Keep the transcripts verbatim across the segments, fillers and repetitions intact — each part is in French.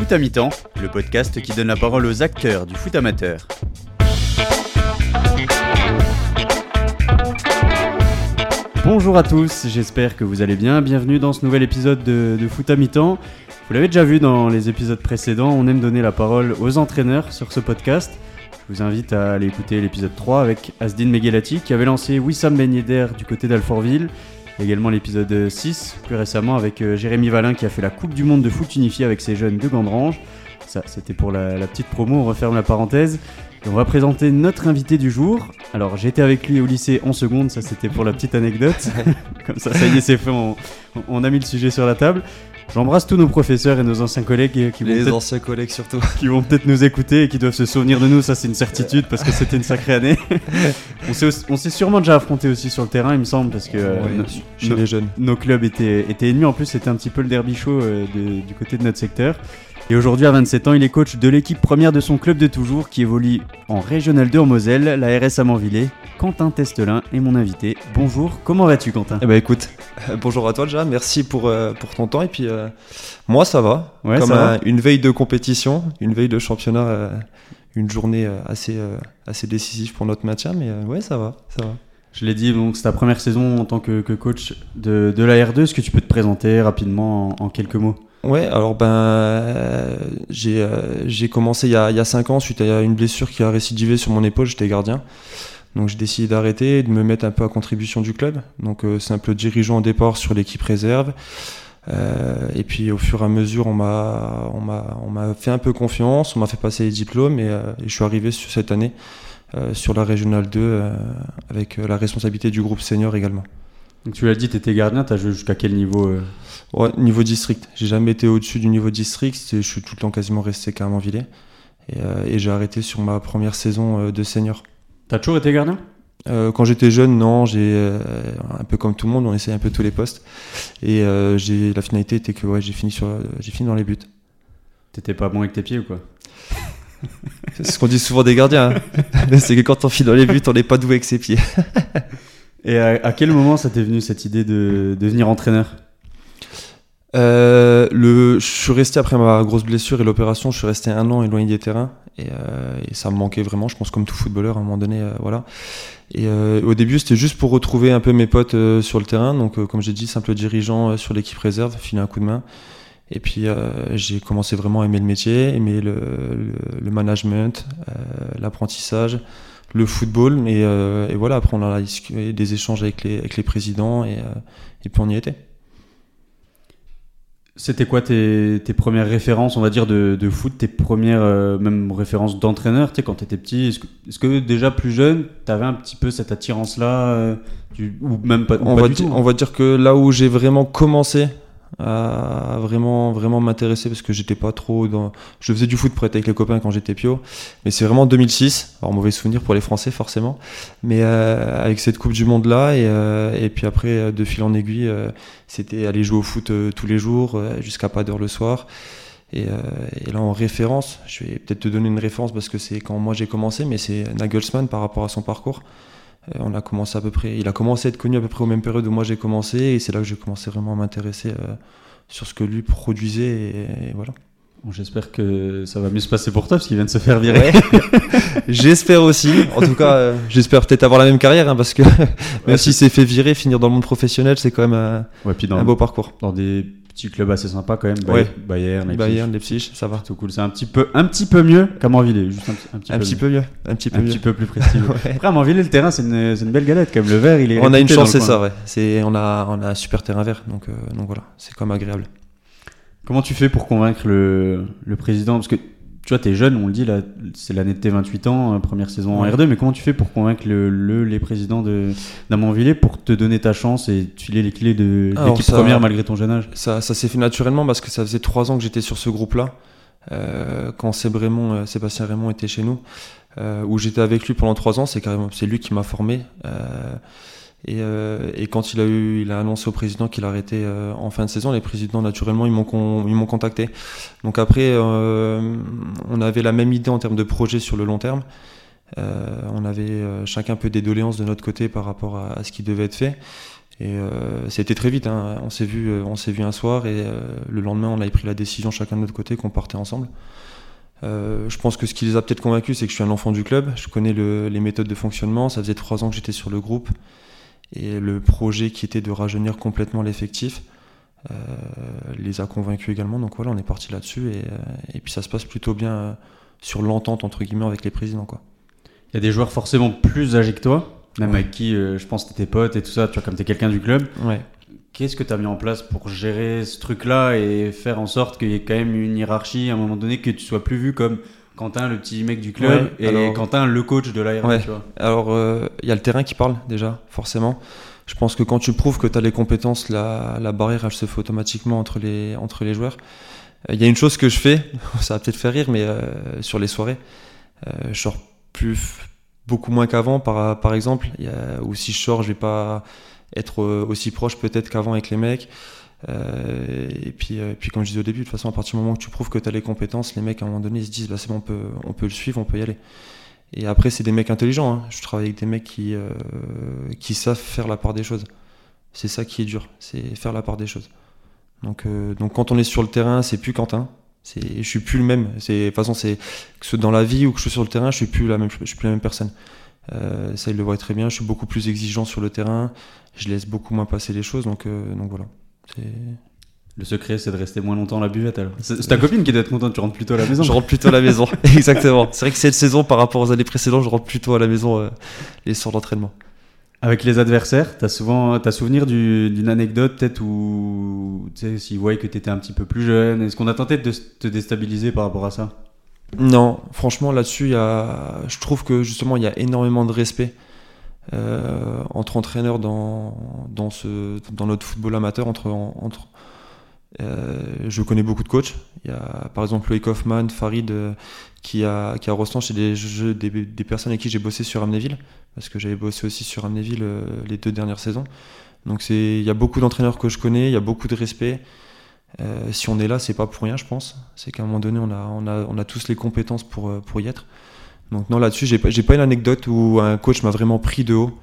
Foot à mi-temps, le podcast qui donne la parole aux acteurs du foot amateur. Bonjour à tous, j'espère que vous allez bien. Bienvenue dans ce nouvel épisode de, de Foot à mi-temps. Vous l'avez déjà vu dans les épisodes précédents, on aime donner la parole aux entraîneurs sur ce podcast. Je vous invite à aller écouter l'épisode trois avec Asdine Meghelati qui avait lancé Wissam Ben Yedder du côté d'Alfortville. Également l'épisode six, plus récemment avec euh, Jérémy Valin qui a fait la Coupe du Monde de foot unifiée avec ses jeunes de Gandrange. Ça, c'était pour la, la petite promo, on referme la parenthèse. Et on va présenter notre invité du jour. Alors, j'étais avec lui au lycée en seconde, ça c'était pour la petite anecdote. Comme ça, ça y est, c'est fait, on, on a mis le sujet sur la table. J'embrasse tous nos professeurs et nos anciens collègues qui vont, Les anciens collègues surtout. qui vont peut-être nous écouter et qui doivent se souvenir de nous, ça c'est une certitude parce que c'était une sacrée année. on, s'est aussi, on s'est sûrement déjà affronté aussi sur le terrain, il me semble, parce que euh, ouais, no, chez no, les jeunes. Nos clubs étaient, étaient ennemis. En plus, c'était un petit peu le derby chaud euh, de, du côté de notre secteur. Et aujourd'hui, à vingt-sept ans, il est coach de l'équipe première de son club de toujours qui évolue en Régional deux en Moselle, la R S Amand-Villers. Quentin Testelin est mon invité. Bonjour, comment vas-tu Quentin ? Eh ben écoute, euh, bonjour à toi déjà, merci pour, euh, pour ton temps. Et puis euh, moi ça va, ouais, comme ça un, va. Une veille de compétition, une veille de championnat, euh, une journée euh, assez, euh, assez décisive pour notre maintien, mais euh, ouais ça va, ça va. Je l'ai dit, donc c'est ta première saison en tant que, que coach de, de la R deux. Est-ce que tu peux te présenter rapidement en, en quelques mots ? Ouais, alors ben euh, j'ai, euh, j'ai commencé il y a, il y a cinq ans suite à une blessure qui a récidivé sur mon épaule, j'étais gardien. Donc j'ai décidé d'arrêter et de me mettre un peu à contribution du club. Donc euh, simple dirigeant au départ sur l'équipe réserve. Euh, et puis au fur et à mesure, on m'a, on m'a, on m'a fait un peu confiance, on m'a fait passer les diplômes et, euh, et je suis arrivé sur cette année euh, sur la Régionale deux euh, avec euh, la responsabilité du groupe senior également. Donc tu l'as dit, tu étais gardien, tu as joué jusqu'à quel niveau euh... Ouais, niveau district. J'ai jamais été au-dessus du niveau district, je suis tout le temps quasiment resté qu'à Amand-Villers. Et, euh, et j'ai arrêté sur ma première saison euh, de senior. T'as toujours été gardien ? euh, Quand j'étais jeune, non, j'ai euh, un peu comme tout le monde, on essaye un peu tous les postes. Et euh, j'ai, la finalité était que ouais, j'ai fini sur, j'ai fini dans les buts. T'étais pas bon avec tes pieds ou quoi ? C'est ce qu'on dit souvent des gardiens. Hein. C'est que quand on finit dans les buts, on n'est pas doué avec ses pieds. Et à, à quel moment ça t'est venu cette idée de, de devenir entraîneur ? Euh, le, je suis resté après ma grosse blessure et l'opération, je suis resté un an éloigné des terrains et, euh, et ça me manquait vraiment, je pense comme tout footballeur à un moment donné, euh, voilà. Et euh, au début c'était juste pour retrouver un peu mes potes euh, sur le terrain, donc euh, comme j'ai dit, simple dirigeant euh, sur l'équipe réserve, filer un coup de main. Et puis euh, j'ai commencé vraiment à aimer le métier, aimer le, le, le management, euh, l'apprentissage, le football, et, euh, et voilà. Après on a discuté des échanges avec les, avec les présidents et, euh, et puis on y était. C'était quoi tes, tes premières références, on va dire, de, de foot, tes premières euh, même références d'entraîneur, tu sais, quand tu étais petit, est-ce que, est-ce que déjà plus jeune, tu avais un petit peu cette attirance-là, euh, du, ou même pas, ou on, pas va du di- tout, hein. On va dire que là où j'ai vraiment commencé à vraiment, vraiment m'intéresser, parce que j'étais pas trop dans... Je faisais du foot pour être avec les copains quand j'étais pio, mais c'est vraiment en deux mille six, alors mauvais souvenir pour les Français forcément, mais euh, avec cette Coupe du Monde là, et, euh, et puis après de fil en aiguille, euh, c'était aller jouer au foot euh, tous les jours, euh, jusqu'à pas d'heure le soir, et, euh, et là en référence, je vais peut-être te donner une référence parce que c'est quand moi j'ai commencé, mais c'est Nagelsmann par rapport à son parcours. On a commencé à peu près, il a commencé à être connu à peu près aux mêmes périodes où moi j'ai commencé, et c'est là que j'ai commencé vraiment à m'intéresser euh, sur ce que lui produisait, et, et voilà. Bon, j'espère que ça va mieux se passer pour toi parce qu'il vient de se faire virer. Ouais. J'espère aussi. En tout cas, euh, j'espère peut-être avoir la même carrière, hein, parce que même ouais, s'il s'est fait virer, finir dans le monde professionnel, c'est quand même un, ouais, puis dans, un beau parcours. Dans des petits clubs assez sympas quand même. Ouais. Bayern, Leipzig. Bayern, Leipzig, ça va. Tout cool. C'est un petit peu, un petit peu mieux qu'Amand-Villers, juste un, un petit un peu petit mieux. peu mieux, un petit peu un mieux, petit peu plus prestigieux. Ouais. Après, Amand-Villers, le terrain, c'est une, c'est une belle galette quand même. Le vert, il est. On a une réputé chance, dans le c'est coin. ça, ouais. C'est, on a, on a un super terrain vert, donc, euh, donc voilà, c'est quand même agréable. Comment tu fais pour convaincre le, le président ? Parce que tu vois, t'es jeune, on le dit, là, c'est l'année de tes vingt-huit ans, première saison en Ouais. R deux, mais comment tu fais pour convaincre le, le, les présidents de, d'Amand-Villers pour te donner ta chance et te filer les clés de Alors, l'équipe ça- première malgré ton jeune âge ? Ça, ça s'est fait naturellement parce que ça faisait trois ans que j'étais sur ce groupe-là, euh, quand Seb Raymond, euh, Sébastien Raymond était chez nous, euh, où j'étais avec lui pendant trois ans. C'est carrément, c'est lui qui m'a formé. Euh, et, euh, et quand il a eu, il a annoncé au président qu'il arrêtait euh, en fin de saison, les présidents naturellement ils m'ont, con, ils m'ont contacté. Donc après, euh, on avait la même idée en termes de projet sur le long terme. Euh, on avait euh, chacun un peu des doléances de notre côté par rapport à, à ce qui devait être fait. Et euh, ça a été très vite, hein. on, s'est vu, on s'est vu un soir et euh, le lendemain on avait pris la décision chacun de notre côté qu'on partait ensemble. Euh, je pense que ce qui les a peut-être convaincus, c'est que je suis un enfant du club, je connais le, les méthodes de fonctionnement, ça faisait trois ans que j'étais sur le groupe et le projet qui était de rajeunir complètement l'effectif euh, les a convaincus également, donc voilà, on est parti là-dessus et, et puis ça se passe plutôt bien euh, sur l'entente entre guillemets avec les présidents, quoi. Il y a des joueurs forcément plus âgés que toi, même ouais. avec qui euh, je pense que t'es tes potes et tout ça, tu vois, comme t'es quelqu'un du club. Ouais. Qu'est-ce que tu as mis en place pour gérer ce truc-là et faire en sorte qu'il y ait quand même une hiérarchie à un moment donné, que tu sois plus vu comme Quentin, le petit mec du club, ouais, et alors... Quentin, le coach de l'A R D, ouais. tu vois. Alors, il euh, y a le terrain qui parle déjà, forcément. Je pense que quand tu prouves que tu as les compétences, la, la barrière, elle se fait automatiquement entre les, entre les joueurs. Il euh, y a une chose que je fais, ça va peut-être faire rire, mais euh, sur les soirées, euh, je sors plus, beaucoup moins qu'avant, par, par exemple. Y a, ou si je sors, je vais pas être aussi proche peut-être qu'avant avec les mecs. Euh, et puis, euh, puis comme je disais au début, de toute façon, à partir du moment où tu prouves que tu as les compétences, les mecs à un moment donné ils se disent bah, c'est bon, on peut, on peut le suivre, on peut y aller. Et après, c'est des mecs intelligents, hein. Je travaille avec des mecs qui, euh, qui savent faire la part des choses. C'est ça qui est dur, c'est faire la part des choses. Donc, euh, donc quand on est sur le terrain, c'est plus Quentin. C'est, je suis plus le même. C'est, de toute façon, c'est que ce dans la vie ou que je suis sur le terrain, je suis plus la même, je suis plus la même personne. Euh, ça, il le voit très bien. Je suis beaucoup plus exigeant sur le terrain. Je laisse beaucoup moins passer les choses. Donc, euh, donc voilà. C'est... Le secret, c'est de rester moins longtemps à la buvette alors. C'est, c'est ta copine qui doit être contente, tu rentres plutôt à la maison. Je rentre plutôt à la maison, exactement. C'est vrai que cette saison, par rapport aux années précédentes, je rentre plutôt à la maison euh, les soirs d'entraînement. Avec les adversaires, t'as souvent, t'as souvenir du, d'une anecdote peut-être où, tu sais, s'ils voyaient que t'étais un petit peu plus jeune, est-ce qu'on a tenté de te déstabiliser par rapport à ça ? Non, franchement, là-dessus, y a... je trouve que justement, il y a énormément de respect euh, entre entraîneurs dans, dans, ce, dans notre football amateur, entre... entre Euh, je connais beaucoup de coachs. Il y a par exemple Loïc Hoffman, Farid, euh, qui a qui a Rostand chez des, jeux, des des personnes avec qui j'ai bossé sur Amnéville, parce que j'avais bossé aussi sur Amnéville euh, les deux dernières saisons. Donc c'est il y a beaucoup d'entraîneurs que je connais, il y a beaucoup de respect. Euh, si on est là, c'est pas pour rien, je pense. C'est qu'à un moment donné, on a on a on a tous les compétences pour pour y être. Donc non, là-dessus, j'ai pas j'ai pas une anecdote où un coach m'a vraiment pris de haut.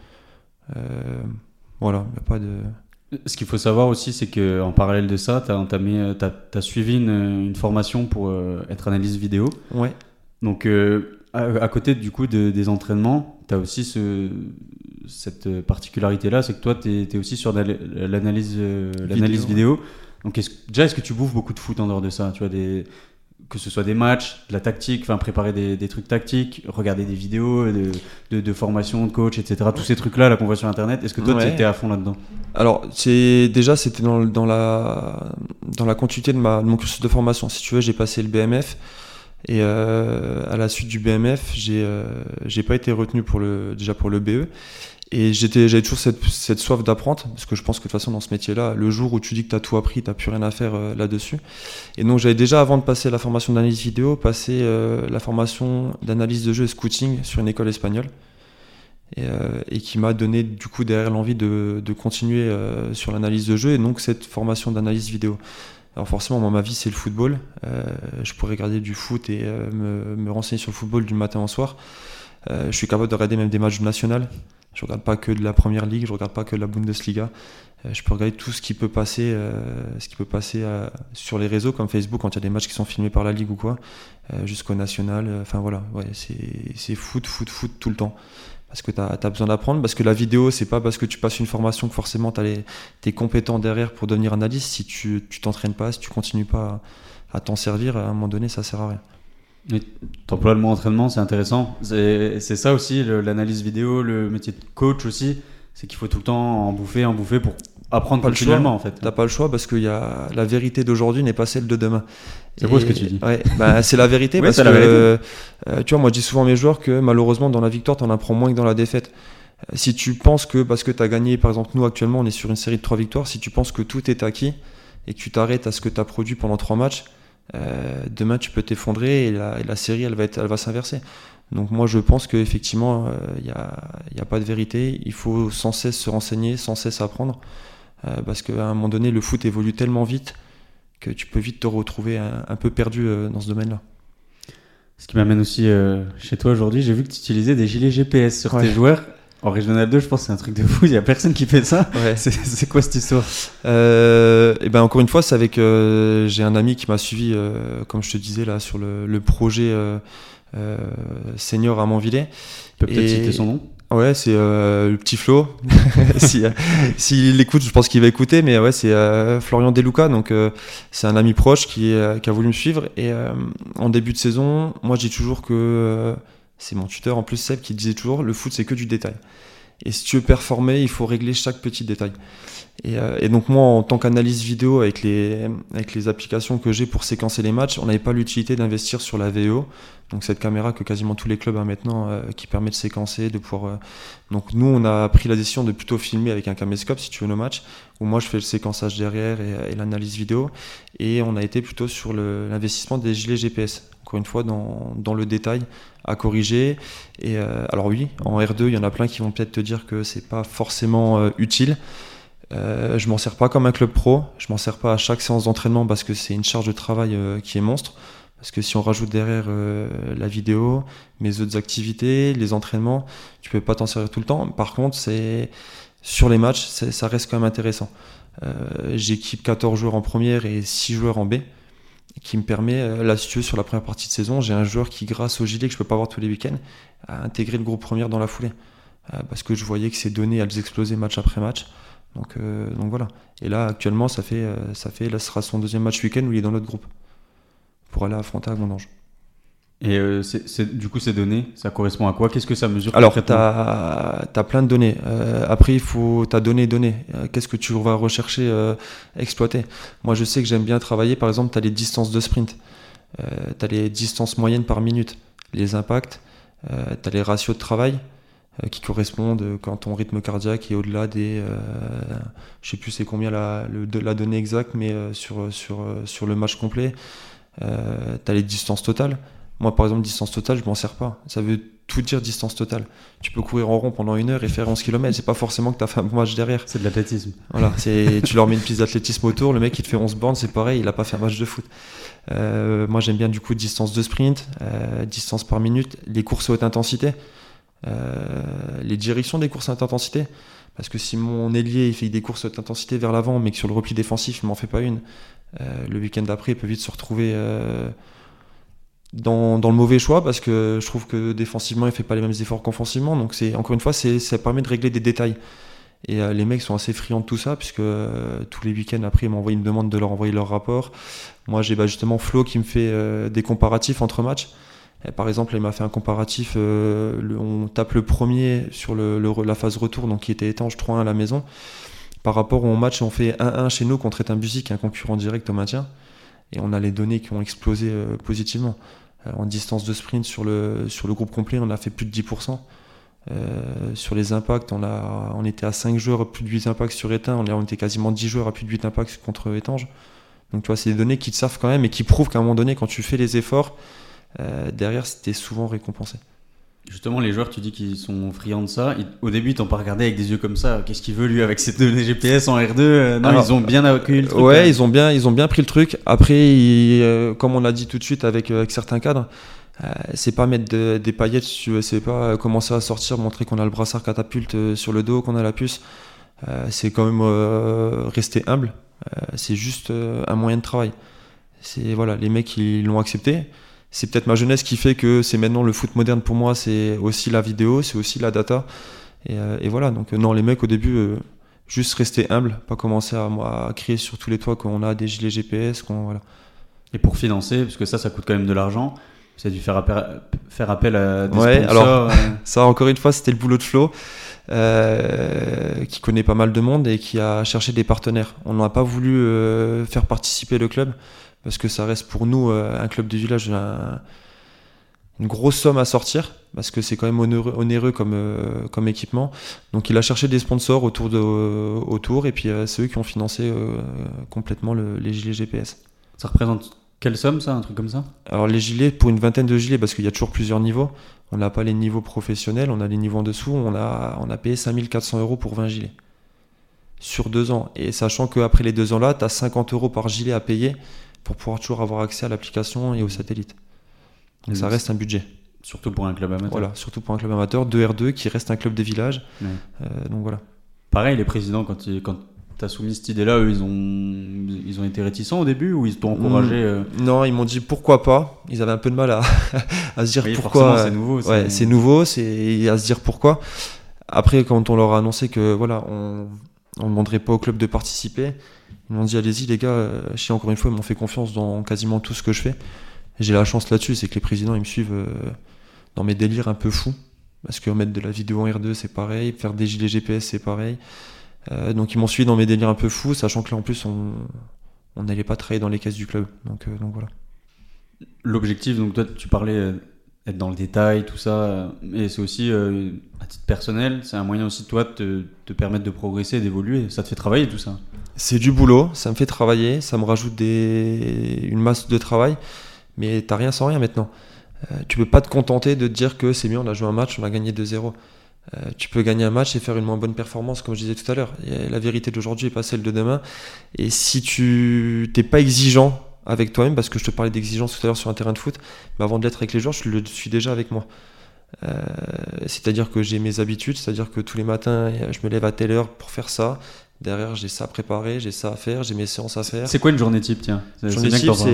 Euh, voilà, il y a pas de. Ce qu'il faut savoir aussi, c'est qu'en parallèle de ça, tu as entamé, t'as, t'as suivi une, une formation pour euh, être analyste vidéo. Ouais. Donc, euh, à, à côté du coup de, des entraînements, tu as aussi ce, cette particularité-là, c'est que toi, tu es aussi sur l'analyse, euh, l'analyse vidéo. vidéo. Donc, est-ce, déjà, est-ce que tu bouffes beaucoup de foot en dehors de ça ? Tu vois, des, que ce soit des matchs, de la tactique, enfin préparer des, des trucs tactiques, regarder des vidéos de, de, de formation, de coach, et cetera. Tous ces trucs-là, la qu'on voit sur Internet, est-ce que toi, ouais. tu étais à fond là-dedans ? Alors, c'est, déjà, c'était dans, dans, la, dans la continuité de, ma, de mon cursus de formation. Si tu veux, j'ai passé le B M F et euh, à la suite du B M F, j'ai, euh, j'ai pas été retenu pour le, déjà pour le B E. Et j'étais, j'avais toujours cette, cette soif d'apprendre, parce que je pense que de toute façon, dans ce métier-là, le jour où tu dis que tu as tout appris, tu n'as plus rien à faire euh, là-dessus. Et donc, j'avais déjà, avant de passer la formation d'analyse vidéo, passé euh, la formation d'analyse de jeu et scouting sur une école espagnole. Et, euh, et qui m'a donné, du coup, derrière l'envie de, de continuer euh, sur l'analyse de jeu, et donc cette formation d'analyse vidéo. Alors forcément, moi, ma vie, c'est le football. Euh, je pourrais regarder du foot et euh, me, me renseigner sur le football du matin au soir. Euh, je suis capable de regarder même des matchs nationaux. Je regarde pas que de la Première Ligue, je regarde pas que de la Bundesliga. Euh, je peux regarder tout ce qui peut passer, euh, ce qui peut passer euh, sur les réseaux comme Facebook quand il y a des matchs qui sont filmés par la Ligue ou quoi, euh, jusqu'au national. Enfin euh, voilà, ouais, c'est, c'est foot, foot, foot tout le temps. Parce que tu as besoin d'apprendre, parce que la vidéo, c'est pas parce que tu passes une formation que forcément tu es compétent derrière pour devenir analyste. Si tu tu t'entraînes pas, si tu continues pas à, à t'en servir, à un moment donné, ça sert à rien. Tu emploies le mot entraînement, c'est intéressant. C'est, c'est ça aussi, le, l'analyse vidéo, le métier de coach aussi, c'est qu'il faut tout le temps en bouffer, en bouffer pour apprendre continuellement en fait. T'as pas le choix parce que y a, la vérité d'aujourd'hui n'est pas celle de demain. C'est beau ce que tu dis. Ouais, bah, c'est la vérité oui, parce c'est que la vérité. Euh, tu vois, moi je dis souvent à mes joueurs que malheureusement dans la victoire t'en apprends moins que dans la défaite. Euh, si tu penses que parce que t'as gagné, par exemple nous actuellement on est sur une série de trois victoires, si tu penses que tout est acquis et que tu t'arrêtes à ce que t'as produit pendant trois matchs, euh, demain tu peux t'effondrer et la, et la série elle va, être, elle va s'inverser. Donc moi je pense qu'effectivement il euh, n'y a, y a pas de vérité, il faut sans cesse se renseigner, sans cesse apprendre, euh, parce qu'à un moment donné le foot évolue tellement vite que tu peux vite te retrouver un, un peu perdu euh, dans ce domaine-là. Ce qui m'amène aussi euh, chez toi aujourd'hui, j'ai vu que tu utilisais des gilets G P S sur ouais. tes joueurs. En Régional deux, je pense que c'est un truc de fou, il n'y a personne qui fait ça. Ouais. C'est, c'est quoi cette histoire? euh, Et ben encore une fois, c'est avec. Euh, j'ai un ami qui m'a suivi, euh, comme je te disais là, sur le, le projet euh, euh, senior à Montvillet. Tu peux peut-être Et... citer son nom? Ouais, c'est euh, le petit Flo. si, euh, s'il écoute, je pense qu'il va écouter, mais ouais, c'est euh, Florian Deluca. Donc, euh, c'est un ami proche qui, euh, qui a voulu me suivre. Et euh, en début de saison, moi, je dis toujours que euh, c'est mon tuteur, en plus, Seb, qui disait toujours le foot, c'est que du détail. Et si tu veux performer, il faut régler chaque petit détail. Et, euh, et donc, moi, en tant qu'analyse vidéo, avec les, avec les applications que j'ai pour séquencer les matchs, on n'avait pas l'utilité d'investir sur la V E O. Donc cette caméra que quasiment tous les clubs ont maintenant, euh, qui permet de séquencer, de pouvoir. Euh... Donc nous, on a pris la décision de plutôt filmer avec un caméscope, si tu veux, nos matchs, où moi je fais le séquençage derrière et, et l'analyse vidéo. Et on a été plutôt sur le, l'investissement des gilets G P S. Encore une fois, dans, dans le détail, à corriger. Et euh, alors oui, en R deux, il y en a plein qui vont peut-être te dire que c'est pas forcément euh, utile. Euh, je m'en sers pas comme un club pro. Je m'en sers pas à chaque séance d'entraînement parce que c'est une charge de travail euh, qui est monstre. Parce que si on rajoute derrière euh, la vidéo, mes autres activités, les entraînements, tu peux pas t'en servir tout le temps. Par contre, c'est sur les matchs, c'est, ça reste quand même intéressant. Euh, j'équipe quatorze joueurs en première et six joueurs en B, qui me permet, euh, là si tu veux, sur la première partie de saison, j'ai un joueur qui, grâce au gilet que je peux pas avoir tous les week-ends, a intégré le groupe première dans la foulée. Euh, parce que je voyais que ses données, elles explosaient match après match. Donc, euh, donc voilà. Et là, actuellement, ça fait, euh, ça fait, là, ce sera son deuxième match week-end où il est dans notre groupe, pour aller affronter Agondange. Et euh, c'est, c'est, du coup, ces données, ça correspond à quoi? Qu'est-ce que ça mesure? Alors, tu as plein de données. Euh, après, il faut ta donnée, données. Euh, qu'est-ce que tu vas rechercher, euh, exploiter? Moi, je sais que j'aime bien travailler. Par exemple, tu as les distances de sprint. Euh, tu as les distances moyennes par minute. Les impacts. Euh, tu as les ratios de travail euh, qui correspondent quand ton rythme cardiaque est au-delà des... Euh, je sais plus c'est combien la, le, de, la donnée exacte, mais euh, sur, sur, sur le match complet. Euh, tu as les distances totales. Moi, par exemple, distance totale, je m'en sers pas. Ça veut tout dire distance totale. Tu peux courir en rond pendant une heure et faire onze kilomètres. C'est pas forcément que tu as fait un bon match derrière. C'est de l'athlétisme. Voilà, c'est, tu leur mets une piste d'athlétisme autour, le mec il te fait onze bornes, c'est pareil, il a pas fait un match de foot. Euh, moi, j'aime bien du coup distance de sprint, euh, distance par minute, les courses à haute intensité, euh, les directions des courses à haute intensité. Parce que si mon ailier il fait des courses à haute intensité vers l'avant, mais que sur le repli défensif, il m'en fait pas une, euh, le week-end d'après, il peut vite se retrouver euh, dans, dans le mauvais choix, parce que je trouve que défensivement, il fait pas les mêmes efforts qu'offensivement. Donc, c'est, encore une fois, c'est, ça permet de régler des détails. Et euh, les mecs sont assez friands de tout ça, puisque euh, tous les week-ends, après, ils m'envoient une demande de leur envoyer leur rapport. Moi, j'ai bah, justement Flo qui me fait euh, des comparatifs entre matchs. Et par exemple, il m'a fait un comparatif, euh, le, on tape le premier sur le, le, la phase retour, donc qui était étanche trois un à la maison, par rapport au match, on fait un un chez nous contre Étain-Buzy, qui est un concurrent direct au maintien, et on a les données qui ont explosé euh, positivement. Euh, en distance de sprint, sur le, sur le groupe complet, on a fait plus de dix pour cent. Euh, sur les impacts, on, a, on était à cinq joueurs à plus de huit impacts sur Étain, on était quasiment dix joueurs à plus de huit impacts contre Étanges. Donc tu vois, c'est des données qui te servent quand même et qui prouvent qu'à un moment donné, quand tu fais les efforts, Euh, derrière, c'était souvent récompensé. Justement, les joueurs, tu dis qu'ils sont friands de ça. Ils, au début, ils t'ont pas regardé avec des yeux comme ça. Qu'est-ce qu'il veut, lui, avec ses données G P S en R deux? euh, Non, Alors, ils ont bien accueilli le truc. Ouais, là. ils ont bien, ils ont bien pris le truc. Après, ils, euh, comme on l'a dit tout de suite avec, avec certains cadres, euh, c'est pas mettre de, des paillettes, tu veux, c'est pas commencer à sortir, montrer qu'on a le brassard catapulte sur le dos, qu'on a la puce. Euh, c'est quand même euh, rester humble. Euh, c'est juste euh, un moyen de travail. C'est, voilà, les mecs, ils l'ont accepté. C'est peut-être ma jeunesse qui fait que c'est maintenant le foot moderne pour moi, c'est aussi la vidéo, c'est aussi la data. Et, euh, et voilà, donc non, les mecs au début, euh, juste rester humble, pas commencer à, à crier sur tous les toits qu'on a des gilets G P S. Qu'on, voilà. Et pour financer, parce que ça, ça coûte quand même de l'argent, ça a dû faire appel, faire appel à des ouais, sponsors. Alors, euh... ça, encore une fois, c'était le boulot de Flo, euh, qui connaît pas mal de monde et qui a cherché des partenaires. On n'a pas voulu euh, faire participer le club, parce que ça reste pour nous, euh, un club de village, un, une grosse somme à sortir, parce que c'est quand même onéreux, onéreux comme, euh, comme équipement. Donc il a cherché des sponsors autour, de, euh, autour et puis euh, c'est eux qui ont financé euh, complètement le, les gilets G P S. Ça représente quelle somme, ça, un truc comme ça? Alors les gilets, pour une vingtaine de gilets, parce qu'il y a toujours plusieurs niveaux, on n'a pas les niveaux professionnels, on a les niveaux en dessous, on a, on a payé cinq mille quatre cents euros pour vingt gilets. Sur deux ans. Et sachant qu'après les deux ans-là, tu as cinquante euros par gilet à payer pour pouvoir toujours avoir accès à l'application et au satellite. Donc mmh. ça reste un budget. Surtout pour un club amateur. Voilà, surtout pour un club amateur, de R deux qui reste un club des villages. Ouais. Euh, donc voilà. Pareil, les présidents, quand tu quand as soumis cette idée-là, eux, ils ont, ils ont été réticents au début ou ils t'ont encouragé euh... Non, ils m'ont dit pourquoi pas. Ils avaient un peu de mal à, à se dire oui, pourquoi. C'est nouveau. C'est... Ouais, c'est nouveau, c'est à se dire pourquoi. Après, quand on leur a annoncé que voilà, on ne demanderait pas au club de participer, ils m'ont dit allez-y les gars. Je sais, encore une fois, ils m'ont fait confiance dans quasiment tout ce que je fais. Et j'ai la chance là-dessus, c'est que les présidents ils me suivent euh, dans mes délires un peu fous. Parce que mettre de la vidéo en R deux c'est pareil, faire des gilets G P S c'est pareil. Euh, donc ils m'ont suivi dans mes délires un peu fous, sachant que là en plus on on n'allait pas travailler dans les caisses du club. Donc, euh, donc voilà. L'objectif, donc toi tu parlais euh, être dans le détail, tout ça, euh, et c'est aussi euh, à titre personnel, c'est un moyen aussi toi de te, te permettre de progresser, d'évoluer. Ça te fait travailler tout ça. C'est du boulot, ça me fait travailler, ça me rajoute des... une masse de travail, mais t'as rien sans rien maintenant. Euh, tu peux pas te contenter de te dire que c'est mieux, on a joué un match, on a gagné deux zéro. Euh, tu peux gagner un match et faire une moins bonne performance, comme je disais tout à l'heure. Et la vérité d'aujourd'hui n'est pas celle de demain. Et si tu t'es pas exigeant avec toi-même, parce que je te parlais d'exigence tout à l'heure sur un terrain de foot, mais avant de l'être avec les joueurs, je le suis déjà avec moi. Euh, c'est-à-dire que j'ai mes habitudes, c'est-à-dire que tous les matins, je me lève à telle heure pour faire ça. Derrière, j'ai ça à préparer, j'ai ça à faire, j'ai mes séances à faire. C'est quoi une journée type, tiens? Une journée type, c'est,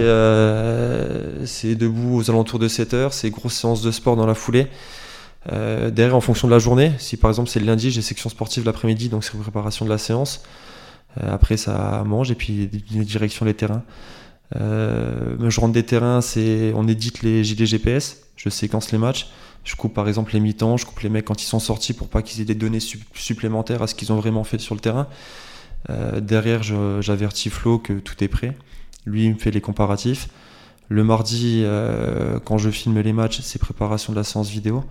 euh, c'est debout aux alentours de sept heures, c'est grosse séance de sport dans la foulée. Euh, derrière, en fonction de la journée, si par exemple c'est le lundi, j'ai section sportive l'après-midi, donc c'est préparation de la séance. Euh, après, ça mange et puis direction les terrains. Euh, je rentre des terrains, c'est, on édite les gilets G P S, je séquence les matchs. Je coupe par exemple les mi-temps, je coupe les mecs quand ils sont sortis pour pas qu'ils aient des données su- supplémentaires à ce qu'ils ont vraiment fait sur le terrain. Euh, derrière, je, j'avertis Flo que tout est prêt. Lui, il me fait les comparatifs. Le mardi, euh, quand je filme les matchs, c'est préparation de la séance vidéo.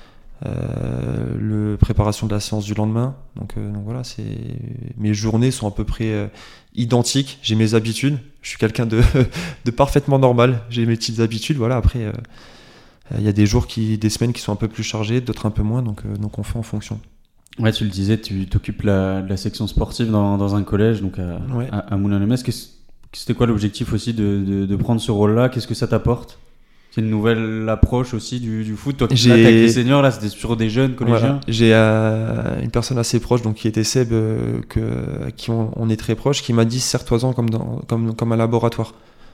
Euh, le préparation de la séance du lendemain. Donc, euh, donc voilà, c'est... mes journées sont à peu près euh, identiques. J'ai mes habitudes. Je suis quelqu'un de, de parfaitement normal. J'ai mes petites habitudes. Voilà, après... Euh, Il y a des jours, qui, des semaines qui sont un peu plus chargées, d'autres un peu moins, donc, euh, donc on fait en fonction. Ouais, tu le disais, tu t'occupes la, de la section sportive dans, dans un collège, donc à, ouais. à, à Moulins-les-Metz. C'était quoi l'objectif aussi de, de, de prendre ce rôle-là? Qu'est-ce que ça t'apporte? C'est une nouvelle approche aussi du, du foot. Toi, là, avec les seniors, là, c'était sur des jeunes collégiens. Voilà. J'ai euh, une personne assez proche, donc qui était Seb, euh, que, à qui on, on est très proche, qui m'a dit serre-toi-en comme, dans, comme, comme un laboratoire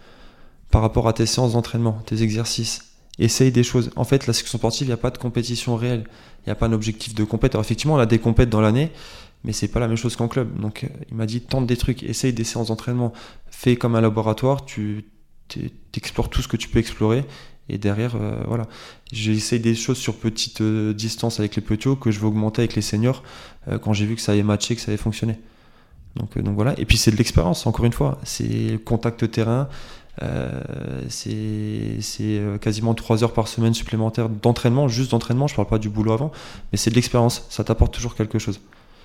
par rapport à tes séances d'entraînement, tes exercices. Essaye des choses. En fait, la section sportive, il n'y a pas de compétition réelle. Il n'y a pas un objectif de compète. Alors, effectivement, on a des compètes dans l'année, mais c'est pas la même chose qu'en club. Donc, euh, il m'a dit tente des trucs, essaye des séances d'entraînement, fais comme un laboratoire, tu explores tout ce que tu peux explorer. Et derrière, euh, voilà. J'essaye des choses sur petite euh, distance avec les petits que je vais augmenter avec les seniors euh, quand j'ai vu que ça avait matché, que ça avait fonctionné. Donc, euh, donc voilà. Et puis, c'est de l'expérience, encore une fois. C'est contact terrain. Euh, c'est, c'est quasiment trois heures par semaine supplémentaires d'entraînement, juste d'entraînement, je parle pas du boulot avant, mais c'est de l'expérience, ça t'apporte toujours quelque chose.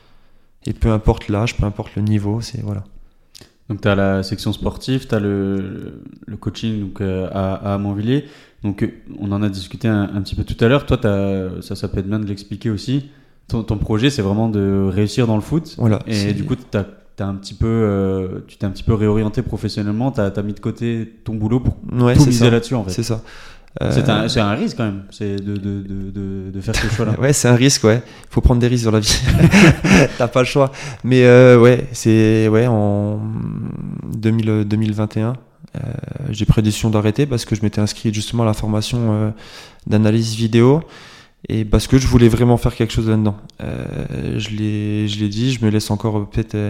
Et peu importe l'âge, peu importe le niveau, c'est voilà. Donc tu as la section sportive, tu as le, le coaching donc, euh, à, à Montvilliers, donc euh, on en a discuté un, un petit peu tout à l'heure, toi t'as, ça, ça peut être bien de l'expliquer aussi, ton, ton projet c'est vraiment de réussir dans le foot, voilà, et c'est... du coup t'as T'as un petit peu, euh, tu t'es un petit peu réorienté professionnellement, t'as, t'as mis de côté ton boulot pour ouais, tout c'est miser ça. là-dessus en fait. C'est ça. Euh... C'est, un, c'est un risque quand même, c'est de, de, de, de, de faire ce choix-là. Ouais, c'est un risque, ouais. Il faut prendre des risques dans la vie. T'as pas le choix. Mais euh, ouais, c'est ouais en deux mille, deux mille vingt et un, euh, j'ai pris la décision d'arrêter parce que je m'étais inscrit justement à la formation euh, d'analyse vidéo. Et parce que je voulais vraiment faire quelque chose là-dedans. Euh, je, l'ai, je l'ai dit, je me laisse encore peut-être euh,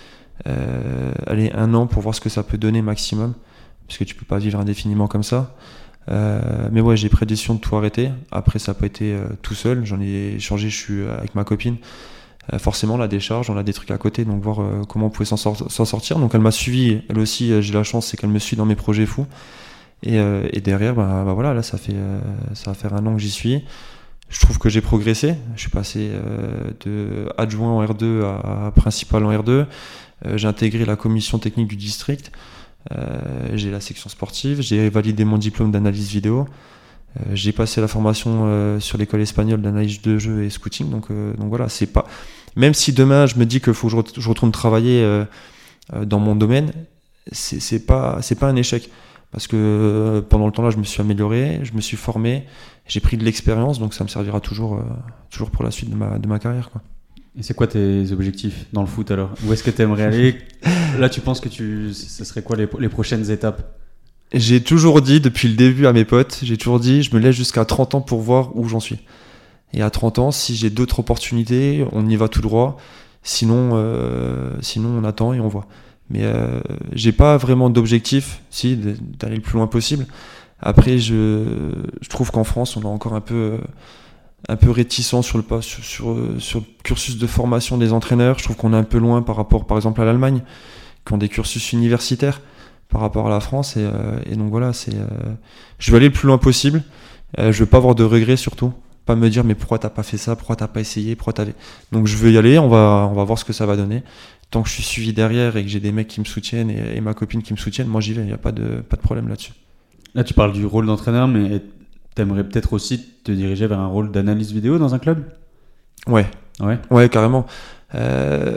euh, aller un an pour voir ce que ça peut donner maximum. Parce que tu peux pas vivre indéfiniment comme ça. Euh, mais ouais, j'ai pris la décision de tout arrêter. Après, ça n'a pas été euh, tout seul. J'en ai changé, je suis avec ma copine. Euh, forcément, la décharge, on a des trucs à côté, donc voir euh, comment on pouvait s'en, sort- s'en sortir. Donc elle m'a suivi, elle aussi, euh, j'ai la chance, c'est qu'elle me suit dans mes projets fous. Et, euh, et derrière, bah, bah voilà, là, ça fait, euh, ça va faire un an que j'y suis. Je trouve que j'ai progressé. Je suis passé euh, de adjoint en R deux à, à principal en R deux. Euh, j'ai intégré la commission technique du district. Euh, j'ai la section sportive. J'ai validé mon diplôme d'analyse vidéo. Euh, j'ai passé la formation euh, sur l'école espagnole d'analyse de jeu et scouting. Donc, euh, donc voilà, c'est pas. Même si demain je me dis qu'il faut que je, ret- je retourne travailler euh, euh, dans mon domaine, c'est, c'est pas, c'est pas un échec. Parce que euh, pendant le temps là, je me suis amélioré, je me suis formé, j'ai pris de l'expérience, donc ça me servira toujours, euh, toujours pour la suite de ma, de ma carrière, quoi. Et c'est quoi tes objectifs dans le foot alors? Où est-ce que tu aimerais aller? Là, tu penses que tu, ce serait quoi les, les prochaines étapes? J'ai toujours dit, depuis le début à mes potes, j'ai toujours dit, je me laisse jusqu'à trente ans pour voir où j'en suis. Et à trente ans, si j'ai d'autres opportunités, on y va tout droit. Sinon, euh, sinon on attend et on voit. Mais euh, j'ai pas vraiment d'objectif, si, d'aller le plus loin possible. Après, je, je trouve qu'en France, on est encore un peu, un peu réticent sur le, sur, sur, sur le cursus de formation des entraîneurs. Je trouve qu'on est un peu loin par rapport, par exemple, à l'Allemagne, qui ont des cursus universitaires par rapport à la France. Et, euh, et donc voilà, c'est, euh, je veux aller le plus loin possible. Euh, je veux pas avoir de regrets surtout. Pas me dire mais pourquoi t'as pas fait ça, pourquoi t'as pas essayé, pourquoi t'avais. Donc je veux y aller, on va, on va voir ce que ça va donner. Tant que je suis suivi derrière et que j'ai des mecs qui me soutiennent et, et ma copine qui me soutiennent, moi j'y vais, il n'y a pas de, pas de problème là-dessus. Là tu parles du rôle d'entraîneur, mais t'aimerais peut-être aussi te diriger vers un rôle d'analyse vidéo dans un club? Ouais, ouais, ouais carrément. Euh...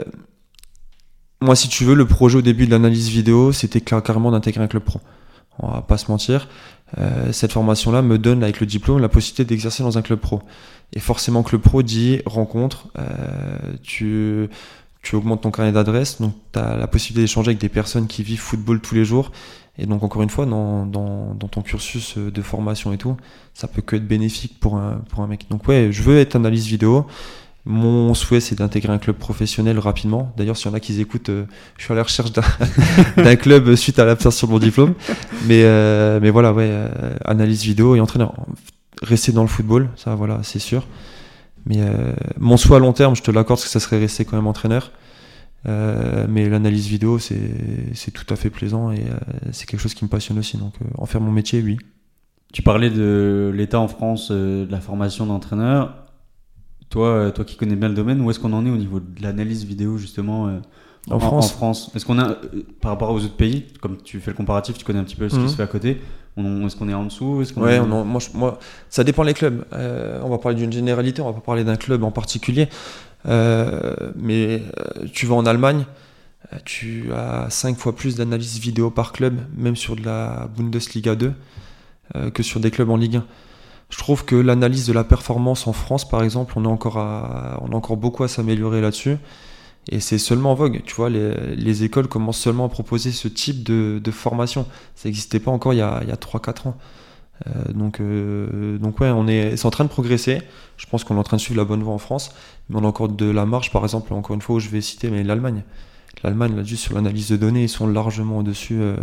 Moi si tu veux, le projet au début de l'analyse vidéo, c'était carrément d'intégrer un club pro. On va pas se mentir. Euh, cette formation-là me donne, avec le diplôme, la possibilité d'exercer dans un club pro. Et forcément, club pro dit rencontre, euh, tu, tu augmentes ton carnet d'adresses, donc tu as la possibilité d'échanger avec des personnes qui vivent football tous les jours. Et donc, encore une fois, dans, dans, dans ton cursus de formation et tout, ça peut que être bénéfique pour un, pour un mec. Donc, ouais, je veux être analyste vidéo. Mon souhait, c'est d'intégrer un club professionnel rapidement. D'ailleurs, s'il y en a qui écoutent, euh, je suis à la recherche d'un, d'un club suite à l'obtention de mon diplôme. Mais, euh, mais voilà, ouais, euh, analyse vidéo et entraîneur. Rester dans le football, ça, voilà, c'est sûr. Mais euh, mon souhait à long terme, je te l'accorde, parce que ça serait rester quand même entraîneur. Euh, mais l'analyse vidéo, c'est, c'est tout à fait plaisant et euh, c'est quelque chose qui me passionne aussi. Donc, euh, en faire mon métier, oui. Tu parlais de l'État en France, euh, de la formation d'entraîneur. Toi, toi qui connais bien le domaine, où est-ce qu'on en est au niveau de l'analyse vidéo justement euh, en, en, France. en France Est-ce qu'on a, euh, par rapport aux autres pays, comme tu fais le comparatif, tu connais un petit peu ce mmh. qui se fait à côté, on, est-ce qu'on est en dessous est-ce qu'on Ouais, est... on en, moi, je, moi, ça dépend des clubs. Euh, on va parler d'une généralité, on va pas parler d'un club en particulier. Euh, mais euh, tu vas en Allemagne, tu as cinq fois plus d'analyse vidéo par club, même sur de la Bundesliga deux, euh, que sur des clubs en Ligue un. Je trouve que l'analyse de la performance en France, par exemple, on a encore, à, on a encore beaucoup à s'améliorer là-dessus. Et c'est seulement en vogue. Tu vois, les, les écoles commencent seulement à proposer ce type de, de formation. Ça n'existait pas encore il y a, il y a trois quatre ans. Euh, donc, euh, donc ouais, on est, c'est en train de progresser. Je pense qu'on est en train de suivre la bonne voie en France. Mais on a encore de la marge, par exemple, encore une fois, où je vais citer mais l'Allemagne. L'Allemagne, là-dessus, sur l'analyse de données, ils sont largement au-dessus euh,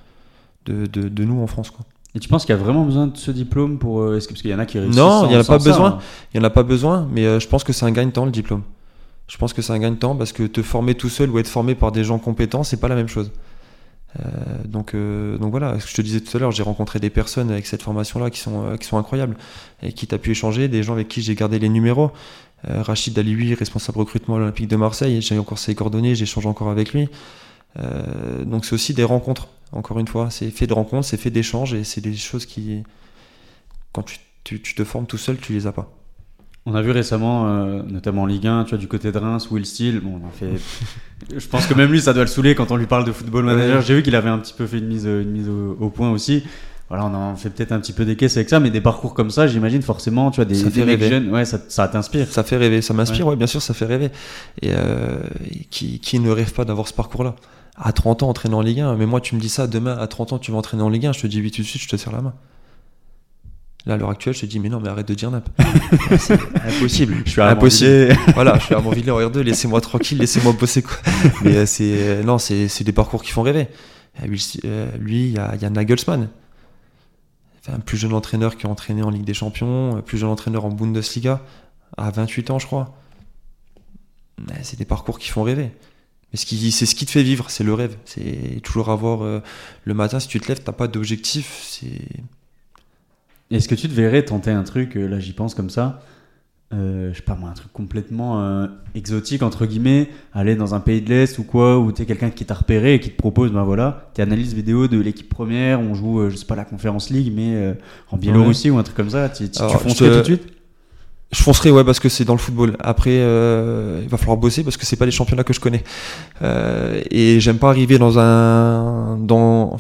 de, de, de nous en France, quoi. Et tu penses qu'il y a vraiment besoin de ce diplôme pour euh, est-ce que, parce qu'il y en a qui réussissent Non, il n'y en a pas besoin. Ça, hein. Il n'y en a pas besoin, mais euh, je pense que c'est un gagne-temps le diplôme. Je pense que c'est un gagne-temps parce que te former tout seul ou être formé par des gens compétents, c'est pas la même chose. Euh, donc, euh, donc voilà, ce que je te disais tout à l'heure, j'ai rencontré des personnes avec cette formation-là qui sont, euh, qui sont incroyables, avec qui tu as pu échanger, des gens avec qui j'ai gardé les numéros. Euh, Rachid Alioui, responsable recrutement à l'Olympique de Marseille, j'ai encore ses coordonnées, j'échange encore avec lui. Euh, donc c'est aussi des rencontres. Encore une fois, c'est fait de rencontres, c'est fait d'échanges et c'est des choses qui, quand tu, tu, tu te formes tout seul, tu les as pas. On a vu récemment, euh, notamment en Ligue un, tu vois, du côté de Reims, Will Steele, bon, on a fait... je pense que même lui, ça doit le saouler quand on lui parle de football manager. J'ai vu qu'il avait un petit peu fait une mise, une mise au, au point aussi. Voilà, on en fait peut-être un petit peu des caisses avec ça, mais des parcours comme ça, j'imagine forcément, tu vois, des, des mecs jeunes, ouais, ça, ça t'inspire. Ça fait rêver, ça m'inspire, ouais, ouais bien sûr, ça fait rêver. Et, euh, et qui, qui ne rêve pas d'avoir ce parcours-là? À trente ans, entraîner en Ligue un, mais moi, tu me dis ça, demain, à trente ans, tu vas entraîner en Ligue un, je te dis oui tout de suite, je te serre la main. Là, à l'heure actuelle, je te dis, mais non, mais arrête de dire nap. C'est impossible. Je suis à impossible. Voilà, je suis à Montvillers en R deux, laissez-moi tranquille, laissez-moi bosser, quoi. Mais euh, c'est, euh, non, c'est, c'est des parcours qui font rêver. Euh, lui, il y a, y a Nagelsmann. Un plus jeune entraîneur qui a entraîné en Ligue des Champions, plus jeune entraîneur en Bundesliga, à vingt-huit ans, je crois. C'est des parcours qui font rêver. Mais ce qui, c'est ce qui te fait vivre, c'est le rêve. C'est toujours avoir euh, le matin, si tu te lèves, t'as pas d'objectif. C'est... Est-ce que tu te verrais tenter un truc, euh, là j'y pense comme ça, euh, je sais pas moi, un truc complètement euh, exotique, entre guillemets, aller dans un pays de l'Est ou quoi, où t'es quelqu'un qui t'a repéré et qui te propose, ben voilà, t'es analyse vidéo de l'équipe première, on joue, euh, je sais pas, la Conférence League, mais euh, en Biélorussie ouais. ou un truc comme ça, tu, tu, Alors, tu foncerais te... tout de suite? Je foncerai, ouais, parce que c'est dans le football. Après, euh, il va falloir bosser parce que c'est pas les championnats que je connais. Euh, et j'aime pas arriver dans un, dans,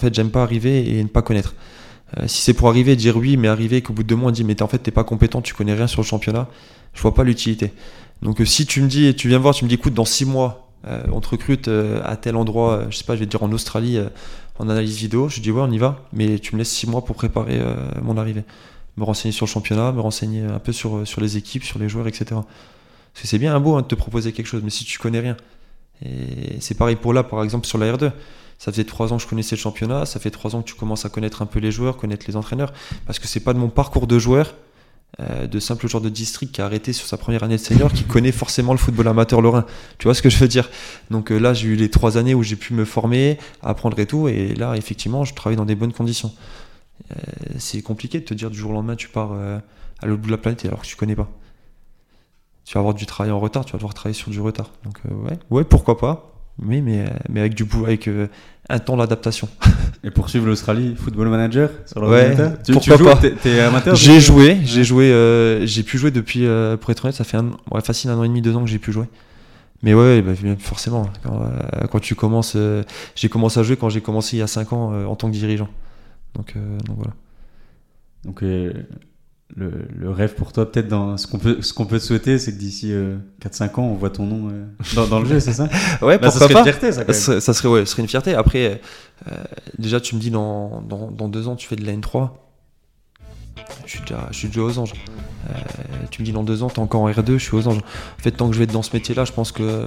fait, j'aime pas arriver et ne pas connaître. Euh, si c'est pour arriver et dire oui, mais arriver et qu'au bout de deux mois on dit mais t'es, en fait t'es pas compétent, tu connais rien sur le championnat, je vois pas l'utilité. Donc euh, si tu me dis, tu viens me voir, tu me dis écoute dans six mois euh, on te recrute euh, à tel endroit, euh, je sais pas, je vais te dire en Australie euh, en analyse vidéo, je dis ouais on y va, mais tu me laisses six mois pour préparer euh, mon arrivée, me renseigner sur le championnat, me renseigner un peu sur, sur les équipes, sur les joueurs, et cetera. Parce que c'est bien un beau hein, de te proposer quelque chose, mais si tu connais rien. Et c'est pareil pour là, par exemple sur la R deux. Ça faisait trois ans que je connaissais le championnat, ça fait trois ans que tu commences à connaître un peu les joueurs, connaître les entraîneurs, parce que c'est pas de mon parcours de joueur, euh, de simple joueur de district qui a arrêté sur sa première année de senior, qui connaît forcément le football amateur lorrain. Tu vois ce que je veux dire? Donc euh, là, j'ai eu les trois années où j'ai pu me former, apprendre et tout, et là, effectivement, je travaille dans des bonnes conditions. Euh, c'est compliqué de te dire du jour au lendemain, tu pars euh, à l'autre bout de la planète alors que tu connais pas. Tu vas avoir du travail en retard, tu vas devoir travailler sur du retard. Donc euh, ouais, ouais, pourquoi pas. Oui, mais, mais avec du boulot, avec euh, un temps d'adaptation. Et pour suivre l'Australie, Football Manager sur l'ordinateur. Ouais, tu, pourquoi tu joues, pas. T'es, t'es amateur? J'ai joué, ouais. j'ai joué, euh, j'ai pu jouer depuis, euh, pour être honnête, ça fait un, ouais, facile un an et demi, deux ans que j'ai pu jouer. Mais ouais, bah, forcément, quand, euh, quand tu commences, euh, j'ai commencé à jouer quand j'ai commencé il y a cinq ans euh, en tant que dirigeant. Donc, euh, donc voilà. Donc euh, le, le rêve pour toi, peut-être, dans ce qu'on peut, ce qu'on peut te souhaiter, c'est que d'ici euh, quatre cinq ans, on voit ton nom euh, dans, dans le jeu, c'est ça? Ouais, bah, pourquoi ça serait pas. une fierté, ça, quand même. Ça, ça serait, ouais, ça serait une fierté. Après, euh, déjà, tu me dis dans, dans, dans deux ans, tu fais de la N trois. Je suis déjà, je suis déjà aux anges. Euh, tu me dis dans deux ans, t'es encore en R deux, je suis aux anges. En fait, tant que je vais être dans ce métier-là, je pense que,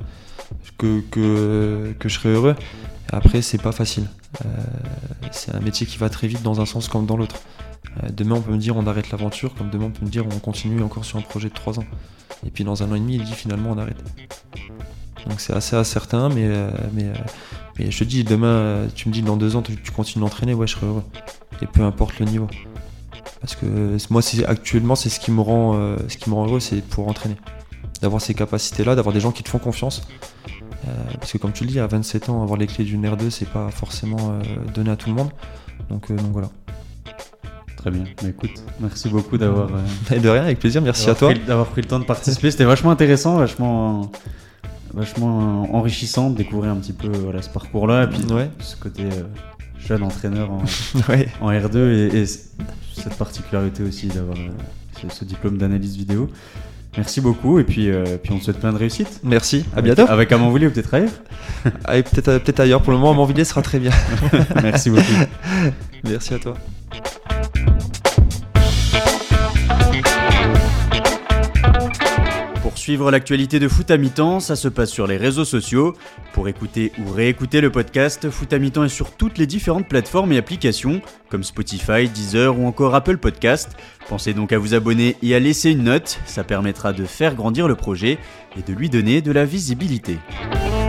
que, que, que je serai heureux. Après, c'est pas facile. Euh, c'est un métier qui va très vite dans un sens comme dans l'autre. Euh, demain, on peut me dire on arrête l'aventure, comme demain, on peut me dire on continue encore sur un projet de trois ans. Et puis dans un an et demi, il dit finalement on arrête. Donc c'est assez incertain, mais, euh, mais, euh, mais je te dis, demain, tu me dis dans deux ans, tu, tu continues d'entraîner, ouais, je serai heureux. Et peu importe le niveau. Parce que moi, c'est, actuellement, c'est ce qui me rend, euh, ce qui me rend heureux, c'est de pouvoir entraîner. D'avoir ces capacités-là, d'avoir des gens qui te font confiance. Euh, parce que comme tu le dis, à vingt-sept ans, avoir les clés d'une R deux, c'est pas forcément euh, donné à tout le monde. Donc, euh, donc voilà. Très bien. Mais écoute, merci beaucoup d'avoir. Euh, de rien, avec plaisir. Merci à toi. Pris, d'avoir pris le temps de participer. C'était vachement intéressant, vachement, vachement enrichissant de découvrir un petit peu voilà, ce parcours-là. Et puis ouais. ce côté euh, jeune entraîneur en, ouais. en R deux et, et cette particularité aussi d'avoir euh, ce, ce diplôme d'analyse vidéo. Merci beaucoup et puis, euh, puis on te souhaite plein de réussite. Merci, à avec, bientôt. Avec Amanvillers ou peut-être ailleurs. Avec peut-être, peut-être ailleurs, pour le moment Amanvillers sera très bien. Merci beaucoup. Merci à toi. Pour suivre l'actualité de Foot à mi-temps, ça se passe sur les réseaux sociaux. Pour écouter ou réécouter le podcast, Foot à mi-temps est sur toutes les différentes plateformes et applications, comme Spotify, Deezer ou encore Apple Podcast. Pensez donc à vous abonner et à laisser une note, ça permettra de faire grandir le projet et de lui donner de la visibilité.